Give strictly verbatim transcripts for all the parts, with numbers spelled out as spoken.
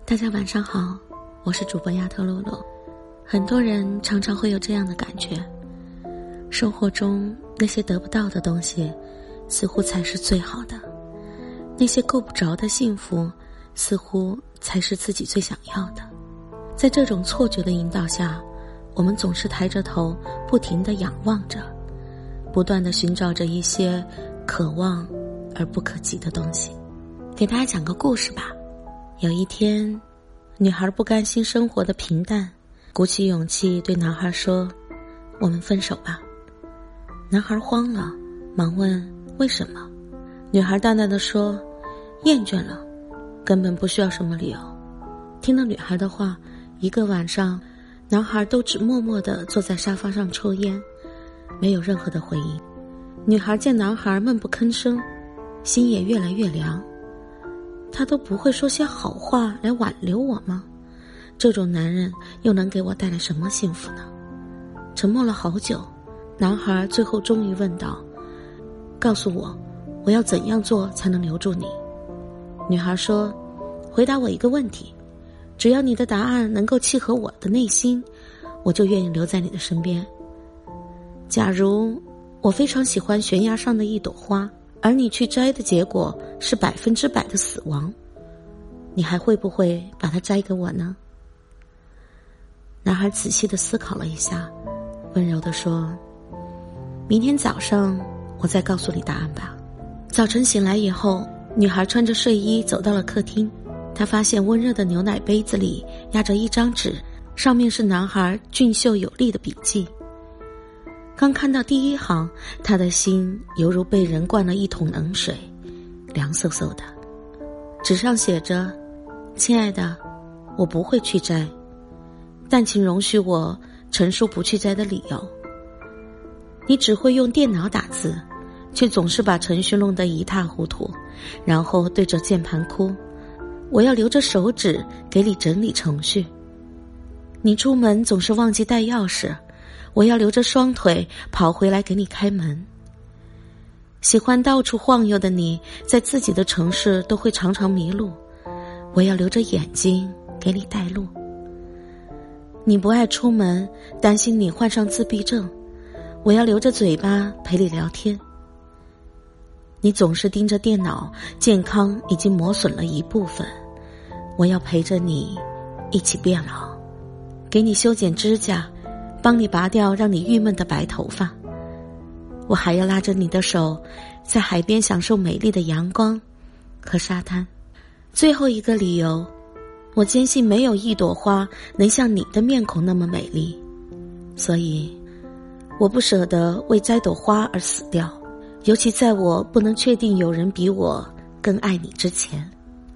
大家晚上好，我是主播亚特洛洛。很多人常常会有这样的感觉，生活中那些得不到的东西似乎才是最好的，那些够不着的幸福似乎才是自己最想要的。在这种错觉的引导下，我们总是抬着头不停地仰望着，不断地寻找着一些可望而不可及的东西。给大家讲个故事吧。有一天，女孩不甘心生活的平淡，鼓起勇气对男孩说，我们分手吧。男孩慌了，忙问为什么。女孩淡淡地说，厌倦了，根本不需要什么理由。听了女孩的话，一个晚上男孩都只默默地坐在沙发上抽烟，没有任何的回应。女孩见男孩闷不吭声，心也越来越凉。他都不会说些好话来挽留我吗？这种男人又能给我带来什么幸福呢？沉默了好久，男孩最后终于问道，告诉我，我要怎样做才能留住你？女孩说，回答我一个问题，只要你的答案能够契合我的内心，我就愿意留在你的身边。假如我非常喜欢悬崖上的一朵花，而你去摘的结果是百分之百的死亡，你还会不会把它摘给我呢？男孩仔细地思考了一下，温柔地说，明天早上我再告诉你答案吧。早晨醒来以后，女孩穿着睡衣走到了客厅，她发现温热的牛奶杯子里压着一张纸，上面是男孩俊秀有力的笔记。刚看到第一行，他的心犹如被人灌了一桶冷水，凉飕飕的。纸上写着，亲爱的，我不会去摘，但请容许我陈述不去摘的理由。你只会用电脑打字，却总是把程序弄得一塌糊涂，然后对着键盘哭。我要留着手指给你整理程序。你出门总是忘记带钥匙，我要留着双腿跑回来给你开门。喜欢到处晃悠的你，在自己的城市都会常常迷路，我要留着眼睛给你带路。你不爱出门，担心你患上自闭症，我要留着嘴巴陪你聊天。你总是盯着电脑，健康已经磨损了一部分，我要陪着你一起变老，给你修剪指甲，帮你拔掉让你郁闷的白头发。我还要拉着你的手，在海边享受美丽的阳光和沙滩。最后一个理由，我坚信没有一朵花能像你的面孔那么美丽，所以我不舍得为摘朵花而死掉，尤其在我不能确定有人比我更爱你之前。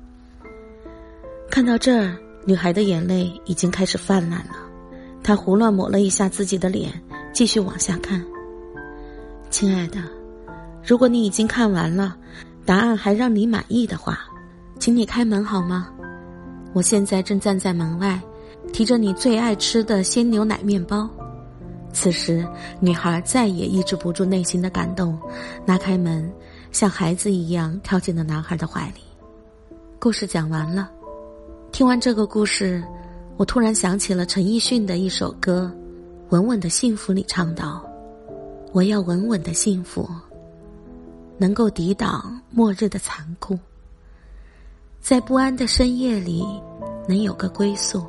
看到这儿，女孩的眼泪已经开始泛滥了，她胡乱抹了一下自己的脸，继续往下看。亲爱的，如果你已经看完了，答案还让你满意的话，请你开门好吗？我现在正站在门外，提着你最爱吃的鲜牛奶面包。此时，女孩再也抑制不住内心的感动，拉开门，像孩子一样跳进了男孩的怀里。故事讲完了。听完这个故事，我突然想起了陈奕迅的一首歌《稳稳的幸福》里唱道，我要稳稳的幸福，能够抵挡末日的残酷，在不安的深夜里能有个归宿。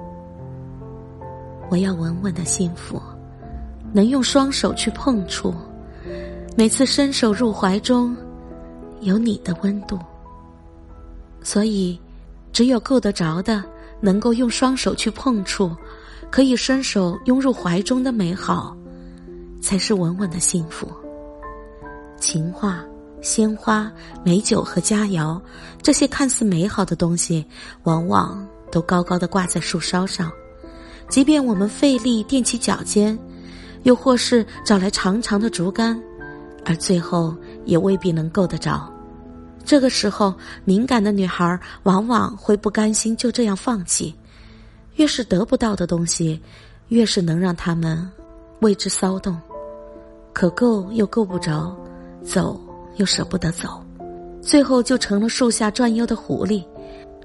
我要稳稳的幸福，能用双手去碰触，每次伸手入怀中有你的温度。所以只有够得着的，能够用双手去碰触，可以伸手拥入怀中的美好，才是稳稳的幸福。情话、鲜花、美酒和佳肴，这些看似美好的东西，往往都高高地挂在树梢上，即便我们费力踮起脚尖，又或是找来长长的竹竿，而最后也未必能够得着。这个时候，敏感的女孩往往会不甘心就这样放弃，越是得不到的东西，越是能让他们为之骚动，可够又够不着，走又舍不得走，最后就成了树下转悠的狐狸，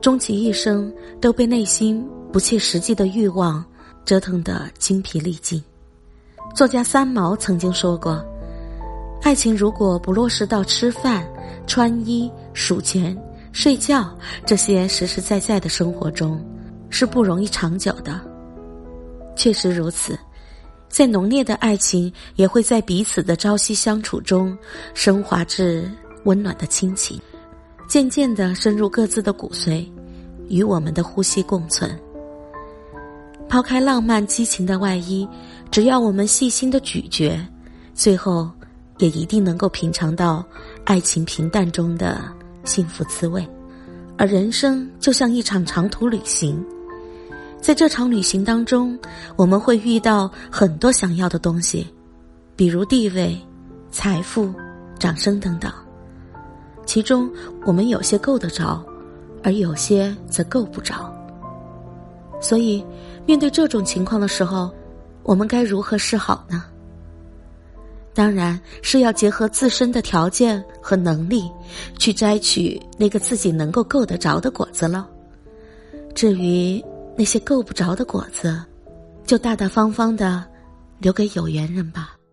终其一生都被内心不切实际的欲望折腾得精疲力尽。作家三毛曾经说过，爱情如果不落实到吃饭、穿衣、数钱、睡觉这些实实在在的生活中，是不容易长久的。确实如此，再浓烈的爱情也会在彼此的朝夕相处中升华至温暖的亲情，渐渐地深入各自的骨髓，与我们的呼吸共存。抛开浪漫激情的外衣，只要我们细心的咀嚼，最后也一定能够品尝到爱情平淡中的幸福滋味。而人生就像一场长途旅行，在这场旅行当中，我们会遇到很多想要的东西，比如地位、财富、掌声等等。其中我们有些够得着，而有些则够不着。所以面对这种情况的时候，我们该如何是好呢？当然是要结合自身的条件和能力，去摘取那个自己能够够得着的果子了。至于那些够不着的果子，就大大方方地留给有缘人吧。